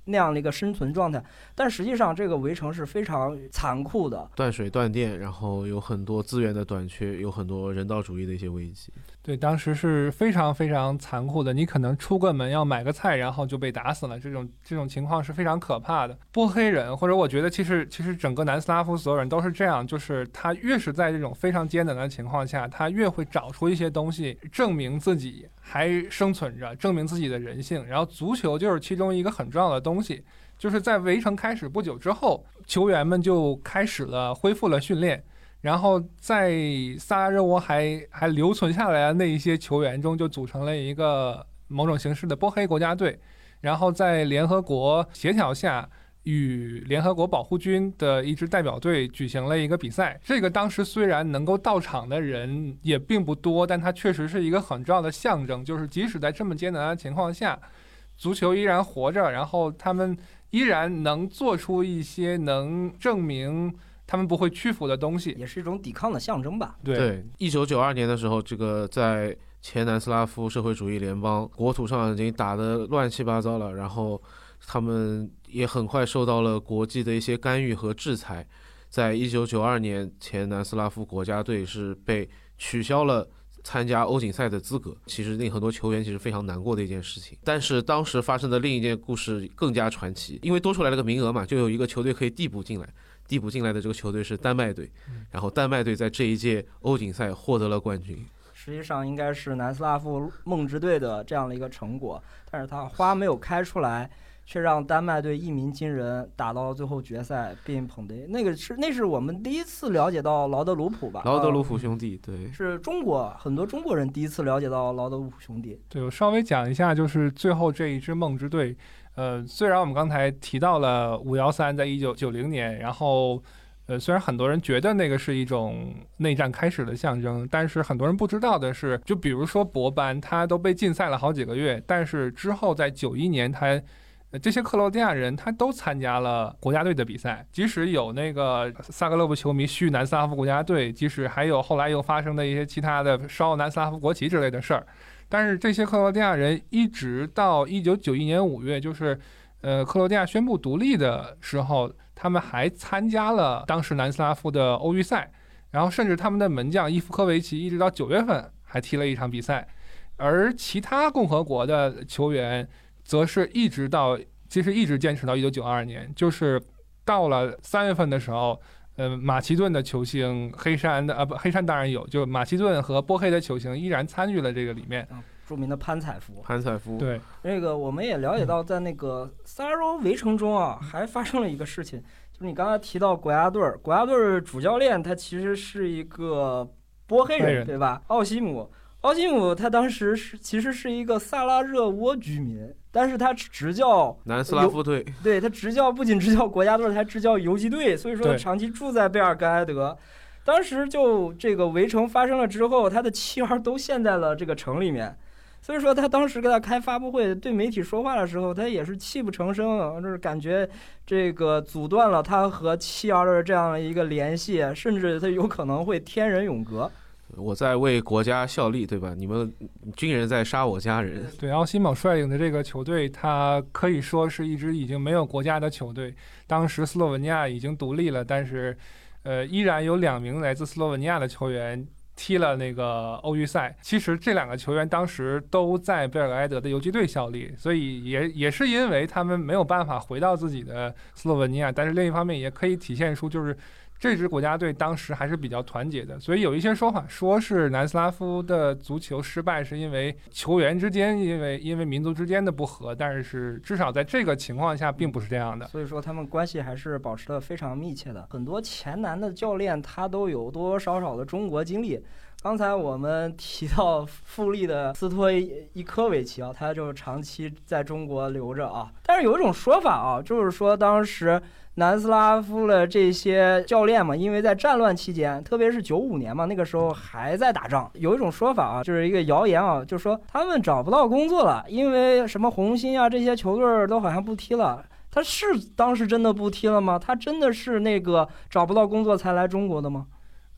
那样的一个生存状态。但实际上这个围城是非常残酷的， 断水断电，然后有很多资源的短缺，有很多人道主义的一些危机。 对，当时是非常非常残酷的，你可能出个门要买个菜，然后就被打死了，这种情况是非常可怕的。波黑人，或者我觉得其实整个南斯拉夫所有人都是这样，就是他越是在这种非常艰难的情况下，他越会找出一些东西证明自己还生存着，证明自己的人性。然后足球就是其中一个很重要的东西，就是在围城开始不久之后，球员们就开始了恢复了训练。然后在萨拉热窝还留存下来的那一些球员中，就组成了一个某种形式的波黑国家队。然后在联合国协调下，与联合国保护军的一支代表队举行了一个比赛。这个当时虽然能够到场的人也并不多，但它确实是一个很重要的象征，就是即使在这么艰难的情况下，足球依然活着，然后他们依然能做出一些能证明他们不会屈服的东西， 也是一种抵抗的象征吧。 对，1992年的时候，这个在前南斯拉夫社会主义联邦国土上已经打得乱七八糟了，然后他们也很快受到了国际的一些干预和制裁。在1992年，前南斯拉夫国家队是被取消了参加欧锦赛的资格，其实令很多球员其实非常难过的一件事情。但是当时发生的另一件故事更加传奇，因为多出来了个名额嘛，就有一个球队可以递补进来。递补进来的这个球队是丹麦队，然后丹麦队在这一届欧锦赛获得了冠军。 实际上应该是南斯拉夫梦之队的这样的一个成果，但是他花没有开出来，却让丹麦队一鸣惊人，打到了最后决赛，并捧得那是我们第一次了解到劳德鲁普吧？ 劳德鲁普兄弟，对， 是很多中国人第一次了解到劳德鲁普兄弟。 对，我稍微讲一下，就是最后这一支梦之队。虽然我们刚才提到了513在1990年，然后虽然很多人觉得那个是一种内战开始的象征，但是很多人不知道的是，就比如说博班，他都被禁赛了好几个月，但是之后在91年这些克罗地亚人他都参加了国家队的比赛，即使有那个萨格勒布球迷续南斯拉夫国家队，即使还有后来又发生的一些其他的烧南斯拉夫国旗之类的事儿，但是这些克罗地亚人一直到1991年5月，就是克罗地亚宣布独立的时候，他们还参加了当时南斯拉夫的欧预赛，然后甚至他们的门将伊夫科维奇一直到9月份还踢了一场比赛。而其他共和国的球员则是一直坚持到1992年，就是到了3月份的时候，马其顿的球星黑山黑山当然有，就马其顿和波黑的球星依然参与了这个里面。 著名的潘采夫， 对， 那个我们也了解到，在那个萨拉热窝围城中啊，还发生了一个事情，就是你刚才提到国家队主教练他其实是一个波黑人，对吧？奥西姆他当时其实是一个萨拉热窝居民，但是他执教南斯拉夫队， 对，他不仅执教国家队，还执教游击队，所以说他长期住在贝尔格莱德。当时就这个围城发生了之后，他的妻儿都陷在了这个城里面。所以说他当时给他开发布会对媒体说话的时候，他也是泣不成声，就是感觉这个阻断了他和妻儿的这样的一个联系，甚至他有可能会天人永隔。 我在为国家效力，对吧？你们军人在杀我家人。 对，奥西蒙率领的这个球队，他可以说是一支已经没有国家的球队。当时斯洛文尼亚已经独立了，但是依然有2名来自斯洛文尼亚的球员踢了那个欧预赛。其实这2个球员当时都在贝尔格莱德的游击队效力，所以也是因为他们没有办法回到自己的斯洛文尼亚，但是另一方面也可以体现出就是这支国家队当时还是比较团结的。所以有一些说法说是南斯拉夫的足球失败是因为球员之间因为民族之间的不和，但是至少在这个情况下并不是这样的。 所以说他们关系还是保持得非常密切的。很多前南的教练他都有多多少少的中国经历。刚才我们提到富力的斯托伊科维奇啊，他就长期在中国留着啊。但是有一种说法啊，就是说当时南斯拉夫的这些教练嘛，因为在战乱期间，特别是95年嘛，那个时候还在打仗，有一种说法啊，就是一个谣言啊，就说他们找不到工作了，因为什么红星啊这些球队都好像不踢了。他是当时真的不踢了吗？他真的是那个找不到工作才来中国的吗？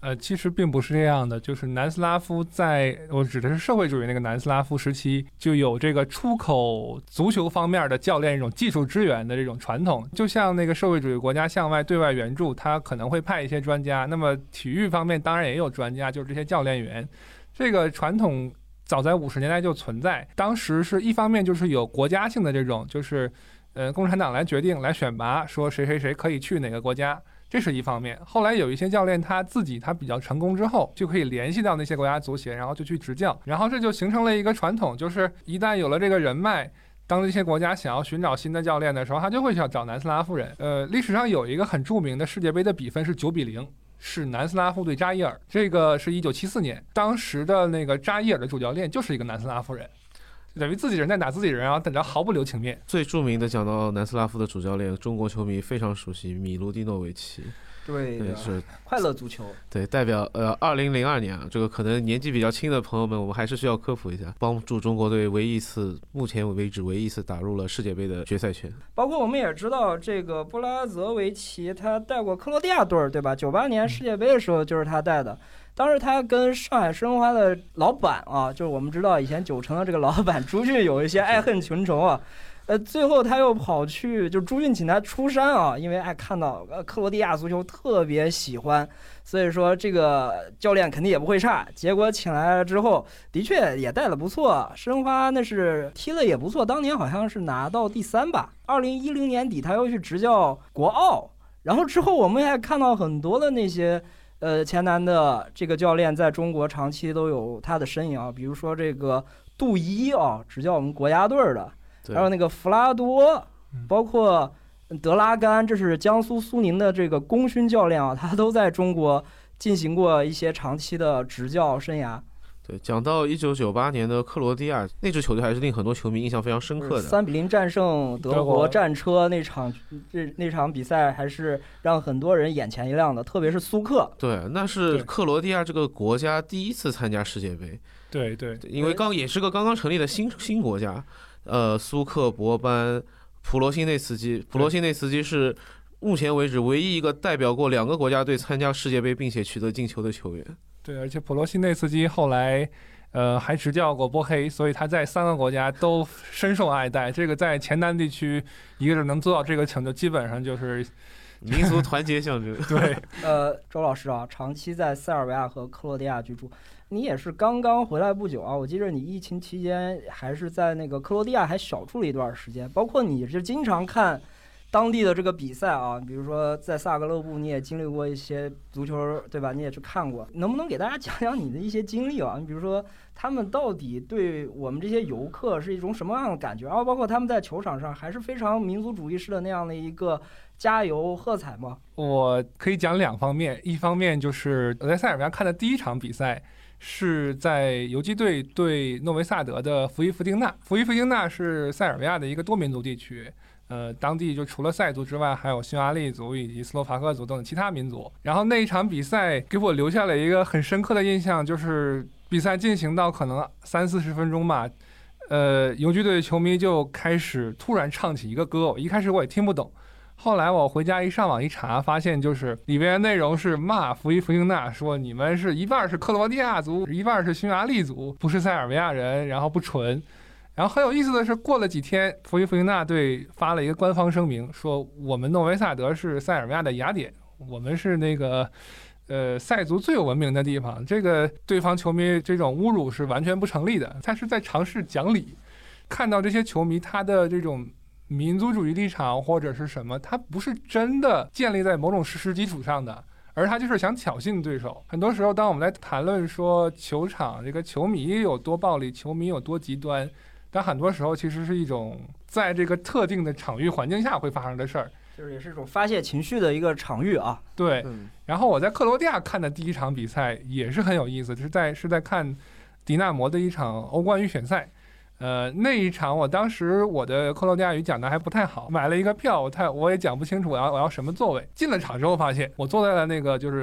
其实并不是这样的，就是南斯拉夫我指的是社会主义那个南斯拉夫时期，就有这个出口足球方面的教练一种技术支援的这种传统。就像那个社会主义国家向外对外援助，他可能会派一些专家，那么体育方面当然也有专家，就是这些教练员。这个传统早在50年代就存在，当时是一方面就是有国家性的这种，就是共产党来决定来选拔，说谁谁谁可以去哪个国家。这是一方面，后来有一些教练他比较成功之后，就可以联系到那些国家足协，然后就去执教，然后这就形成了一个传统，就是一旦有了这个人脉，当这些国家想要寻找新的教练的时候，他就会去找南斯拉夫人。历史上有一个很著名的世界杯的比分是9-0，是南斯拉夫对扎伊尔，这个是1974年，当时的那个扎伊尔的主教练就是一个南斯拉夫人。等于自己人在打自己人，然后等着毫不留情面。 最著名的讲到南斯拉夫的主教练，中国球迷非常熟悉米卢蒂诺维奇。 对， 是快乐足球。 对，代表2002年啊，这个可能年纪比较轻的朋友们，我们还是需要科普一下，帮助中国队目前为止唯一一次打入了世界杯的决赛圈。 包括我们也知道，这个布拉泽维奇他带过克罗地亚队，对吧？98年世界杯的时候就是他带的。当时他跟上海申花的老板啊，就是我们知道以前9城的这个老板朱俊有一些爱恨情仇啊。最后他又跑去，就朱俊请他出山啊，因为看到克罗地亚足球特别喜欢，所以说这个教练肯定也不会差。结果请来了之后，的确也带了不错，申花那是踢了也不错，当年好像是拿到第3吧。2010年底他又去执教国奥，然后之后我们还看到很多的那些前南的这个教练在中国长期都有他的身影啊，比如说这个杜伊啊，执教我们国家队的。还有那个弗拉多，包括德拉甘，这是江苏苏宁的这个功勋教练啊，他都在中国进行过一些长期的执教生涯。 对，讲到1998年的克罗地亚那支球队，还是令很多球迷印象非常深刻的。 3-0战胜德国战车那场比赛，还是让很多人眼前一亮的，特别是苏克。 对，那是克罗地亚这个国家第一次参加世界杯。 对对， 因为也是个刚刚成立的新国家。苏克、博班、普罗辛内茨基是目前为止唯一一个代表过2个国家队参加世界杯并且取得进球的球员。 对，而且普罗辛内茨基后来还执教过波黑，所以他在3个国家都深受爱戴。这个在前南地区一个人能做到这个成就，基本上就是民族团结象征。 对， 周老师啊，长期在塞尔维亚和克罗地亚居住。你也是刚刚回来不久啊，我记得你疫情期间还是在那个克罗地亚还小住了一段时间，包括你是经常看当地的这个比赛啊，比如说在萨格勒布你也经历过一些足球，对吧？你也去看过，能不能给大家讲讲你的一些经历啊？你比如说他们到底对我们这些游客是一种什么样的感觉，然后包括他们在球场上还是非常民族主义式的那样的一个加油喝彩吗？ 我可以讲2方面，一方面就是我在塞尔维亚看的第一场比赛是在游击队对诺维萨德的福伊弗丁纳。福伊弗丁纳是塞尔维亚的一个多民族地区，当地就除了塞族之外，还有匈牙利族以及斯洛伐克族等其他民族。然后那一场比赛给我留下了一个很深刻的印象，就是比赛进行到可能30-40分钟吧，游击队球迷就开始突然唱起一个歌，一开始我也听不懂。后来我回家一上网一查，发现就是里边的内容是骂福伊弗丁纳，说你们是一半是克罗地亚族，一半是匈牙利族，不是塞尔维亚人，然后不纯。然后很有意思的是，过了几天，福伊弗丁纳队发了一个官方声明，说我们诺维萨德是塞尔维亚的雅典，我们是那个塞族最有文明的地方。这个对方球迷这种侮辱是完全不成立的，他是在尝试讲理。看到这些球迷他的这种民族主义立场或者是什么，他不是真的建立在某种事实基础上的，而他就是想挑衅对手。很多时候当我们在谈论说球场这个球迷有多暴力，球迷有多极端，但很多时候其实是一种在这个特定的场域环境下会发生的事儿， 就是也是一种发泄情绪的一个场域啊。 对，然后我在克罗地亚看的第一场比赛也是很有意思，是在看迪纳摩的一场欧冠预选赛。那一场我当时我的克罗地亚语讲的还不太好，买了一个票，我也讲不清楚我要什么座位。进了场之后发现我坐在了那个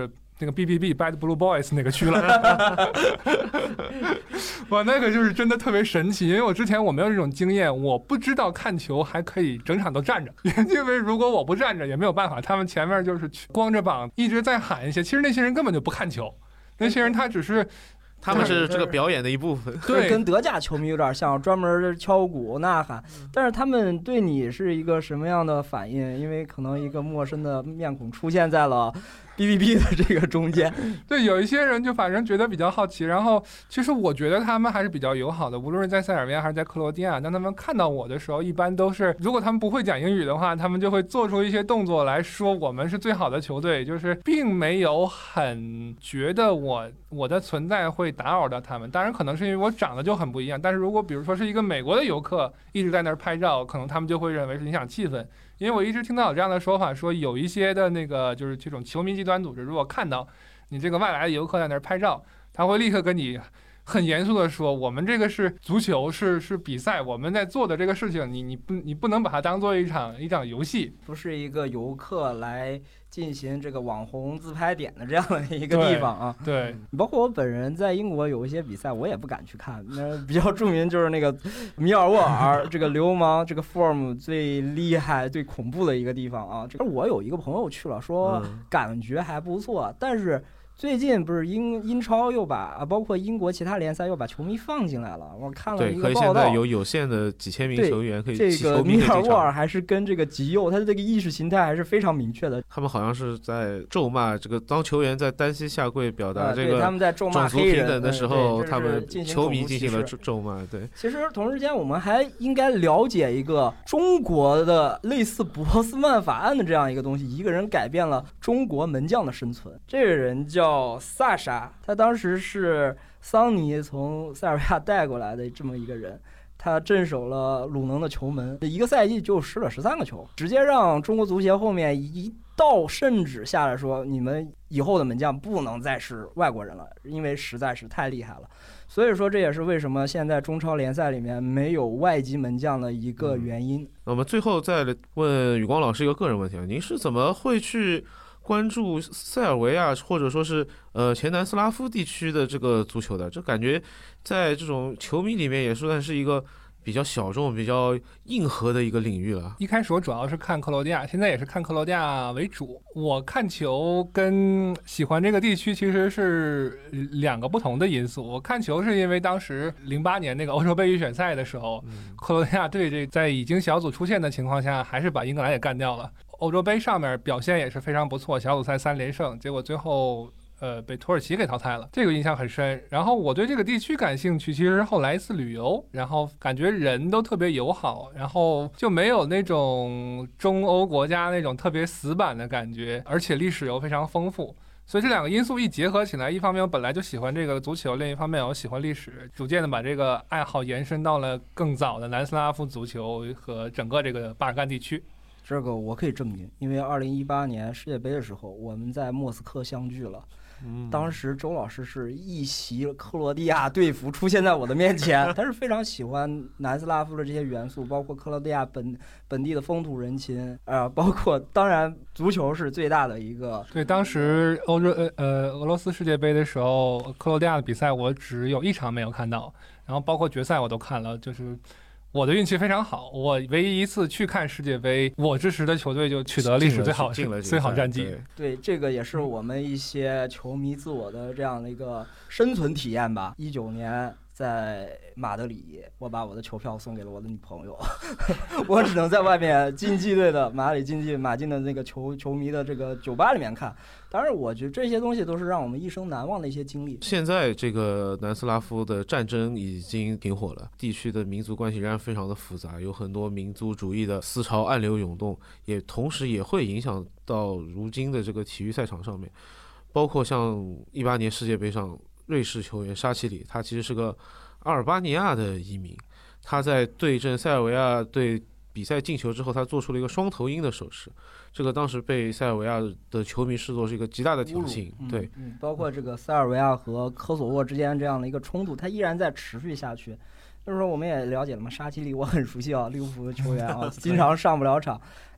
那个 BBB Bad Blue Boys 那个区了。哇，那个就是真的特别神奇，因为我之前我没有这种经验，我不知道看球还可以整场都站着，因为如果我不站着也没有办法，他们前面就是光着膀一直在喊一些，其实那些人根本就不看球，那些人他只是。 他们是这个表演的一部分， 对，跟德甲球迷有点像，专门敲鼓呐喊。但是他们对你是一个什么样的反应？因为可能一个陌生的面孔出现在了 BBB 的这个中间。 对，有一些人就反正觉得比较好奇，然后其实我觉得他们还是比较友好的，无论是在塞尔维亚还是在克罗地亚。当他们看到我的时候，一般都是如果他们不会讲英语的话，他们就会做出一些动作来说我们是最好的球队，就是并没有很觉得我的存在会打扰到他们。当然可能是因为我长得就很不一样，但是如果比如说是一个美国的游客一直在那儿拍照，可能他们就会认为是影响气氛。因为我一直听到有这样的说法，说有一些的那个就是这种球迷极端组织，如果看到你这个外来的游客在那儿拍照，他会立刻跟你很严肃的说，我们这个是足球，是比赛，我们在做的这个事情，你不能把它当做一场游戏， 不是一个游客来进行这个网红自拍点的这样的一个地方啊。 对， 包括我本人在英国有一些比赛，我也不敢去看。那比较著名就是那个米尔沃尔这个流氓这个 form 最厉害、最恐怖的一个地方啊。这个我有一个朋友去了，说感觉还不错，但是。最近不是英超又把包括英国其他联赛又把球迷放进来了，我看了一个报道， 对，可以现在有限的几千名球员可以这个米尔沃尔还是跟这个极右，他的这个意识形态还是非常明确的。 他们好像是在咒骂这个当球员在单膝下跪表达这个他们在咒骂种族平等的时候，他们球迷进行了咒骂。对， 其实同时间我们还应该了解一个中国的类似博斯曼法案的这样一个东西，一个人改变了中国门将的生存。这个人叫萨沙，他当时是桑尼从塞尔维亚带过来的这么一个人，他镇守了鲁能的球门，一个赛季就失了13个球，直接让中国足协后面一道圣旨下来说，你们以后的门将不能再是外国人了，因为实在是太厉害了。所以说这也是为什么现在中超联赛里面没有外籍门将的一个原因。 那么最后再问宇光老师一个个人问题啊，您是怎么会去关注塞尔维亚或者说是前南斯拉夫地区的这个足球的？这感觉在这种球迷里面也算是一个比较小众、比较硬核的一个领域了。 一开始我主要是看克罗地亚，现在也是看克罗地亚为主。我看球跟喜欢这个地区其实是两个不同的因素。我看球是因为当时08年那个欧洲杯预选赛的时候，克罗地亚队这在已经小组出线的情况下，还是把英格兰给干掉了。欧洲杯上面表现也是非常不错，小组赛3连胜，结果最后被土耳其给淘汰了，这个印象很深。然后我对这个地区感兴趣，其实是后来一次旅游，然后感觉人都特别友好，然后就没有那种中欧国家那种特别死板的感觉，而且历史又非常丰富。所以这两个因素一结合起来，一方面我本来就喜欢这个足球，另一方面我喜欢历史，逐渐的把这个爱好延伸到了更早的南斯拉夫足球和整个这个巴尔干地区。 这个我可以证明，因为2018年世界杯的时候，我们在莫斯科相聚了。当时周老师是一袭克罗地亚队服出现在我的面前，他是非常喜欢南斯拉夫的这些元素，包括克罗地亚本地的风土人情，包括当然足球是最大的一个。 对，当时俄罗斯世界杯的时候，克罗地亚的比赛我只有一场没有看到，然后包括决赛我都看了，就是我的运气非常好，我唯一一次去看世界杯，我支持的球队就取得历史最好战绩。 对，这个也是我们一些球迷自我的这样的一个生存体验吧。19年在马德里，我把我的球票送给了我的女朋友，我只能在外面竞技队的马竞的那个球迷的这个酒吧里面看。当然，我觉得这些东西都是让我们一生难忘的一些经历。 现在这个南斯拉夫的战争已经停火了，地区的民族关系仍然非常的复杂，有很多民族主义的思潮暗流涌动，也同时也会影响到如今的这个体育赛场上面，包括像18年世界杯上瑞士球员沙奇里，他其实是个阿尔巴尼亚的移民，他在对阵塞尔维亚队比赛进球之后，他做出了一个双头鹰的手势，这个当时被塞尔维亚的球迷视作是一个极大的挑衅。对， 包括这个塞尔维亚和科索沃之间这样的一个冲突，它依然在持续下去。就是说我们也了解了嘛，沙奇里我很熟悉啊，利物浦的球员啊，经常上不了场。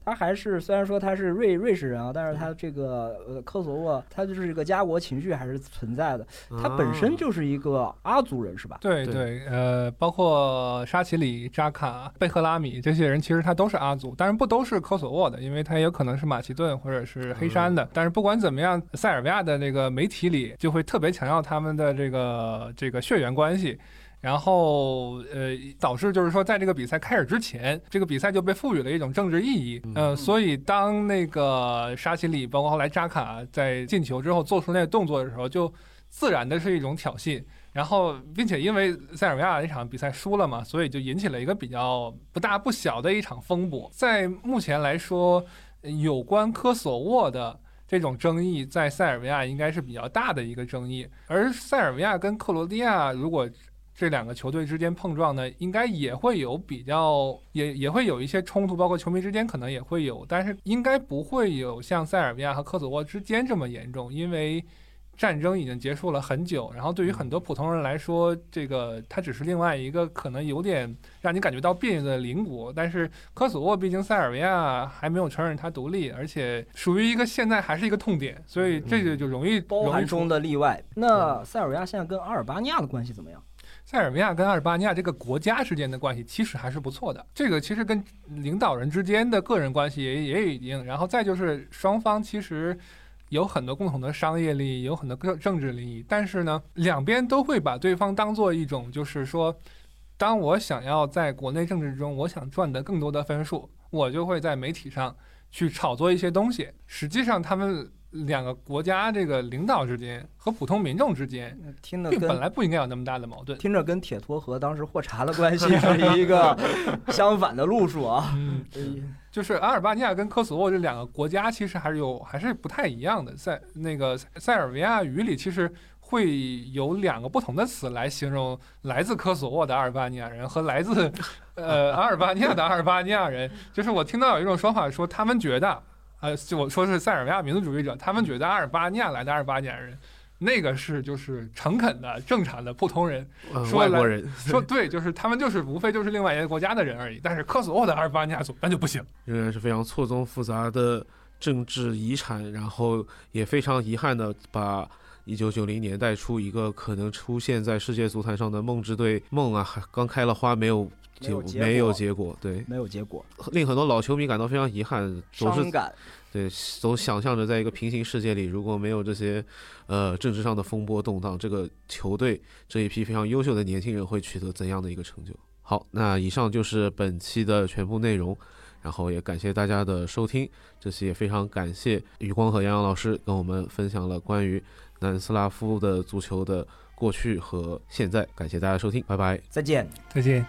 他还是虽然说他是瑞士人啊，但是他这个科索沃，他就是这个家国情绪还是存在的。他本身就是一个阿族人，是吧？ 对对，包括沙奇里、扎卡、贝赫拉米这些人，其实他都是阿族，当然不都是科索沃的，因为他也有可能是马其顿或者是黑山的。但是不管怎么样，塞尔维亚的这个媒体里就会特别强调他们的这个血缘关系。然后导致就是说，在这个比赛开始之前，这个比赛就被赋予了一种政治意义。所以当那个沙奇里包括后来扎卡在进球之后做出那个动作的时候，就自然的是一种挑衅。然后，并且因为塞尔维亚那场比赛输了嘛，所以就引起了一个比较不大不小的一场风波。在目前来说，有关科索沃的这种争议，在塞尔维亚应该是比较大的一个争议。而塞尔维亚跟克罗地亚如果这两个球队之间碰撞呢，应该也会有比较，也会有一些冲突，包括球迷之间可能也会有，但是应该不会有像塞尔维亚和科索沃之间这么严重，因为战争已经结束了很久，然后对于很多普通人来说，这个它只是另外一个可能有点让你感觉到别扭的邻国。但是科索沃毕竟塞尔维亚还没有承认它独立，而且属于一个现在还是一个痛点，所以这个就容易包含中的例外。那塞尔维亚现在跟阿尔巴尼亚的关系怎么样？ 塞尔维亚跟阿尔巴尼亚这个国家之间的关系其实还是不错的，这个其实跟领导人之间的个人关系也有一定，然后再就是双方其实有很多共同的商业利益，有很多政治利益，但是呢，两边都会把对方当做一种，就是说，当我想要在国内政治中，我想赚得更多的分数，我就会在媒体上去炒作一些东西。实际上，他们两个国家这个领导之间和普通民众之间，并本来不应该有那么大的矛盾。 听着跟铁托和当时霍查的关系是一个相反的路数啊。 就是阿尔巴尼亚跟科索沃这两个国家其实还是不太一样的。在那个塞尔维亚语里，其实会有两个不同的词来形容来自科索沃的阿尔巴尼亚人和来自阿尔巴尼亚的阿尔巴尼亚人。就是我听到有一种说法说，他们觉得就我说是塞尔维亚民族主义者，他们觉得阿尔巴尼亚来的阿尔巴尼亚人，那个是就是诚恳的正常的普通人，说外国人说对，就是他们就是无非就是另外一个国家的人而已。但是科索沃的阿尔巴尼亚族那就不行， 仍然是非常错综复杂的政治遗产，然后也非常遗憾的把1990年代初一个可能出现在世界足坛上的梦之队梦啊，刚开了花没有结果，对， 没有结果， 令很多老球迷感到非常遗憾， 伤感。 对，总想象着在一个平行世界里，如果没有这些政治上的风波动荡，这个球队这一批非常优秀的年轻人会取得怎样的一个成就。好，那以上就是本期的全部内容，然后也感谢大家的收听，这期也非常感谢余光和杨洋老师跟我们分享了关于南斯拉夫的足球的过去和现在，感谢大家收听，拜拜， 再见， 再见。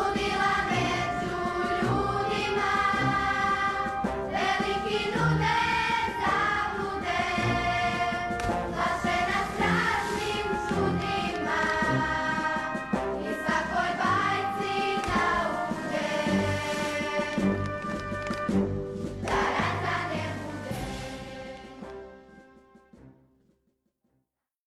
Thank you.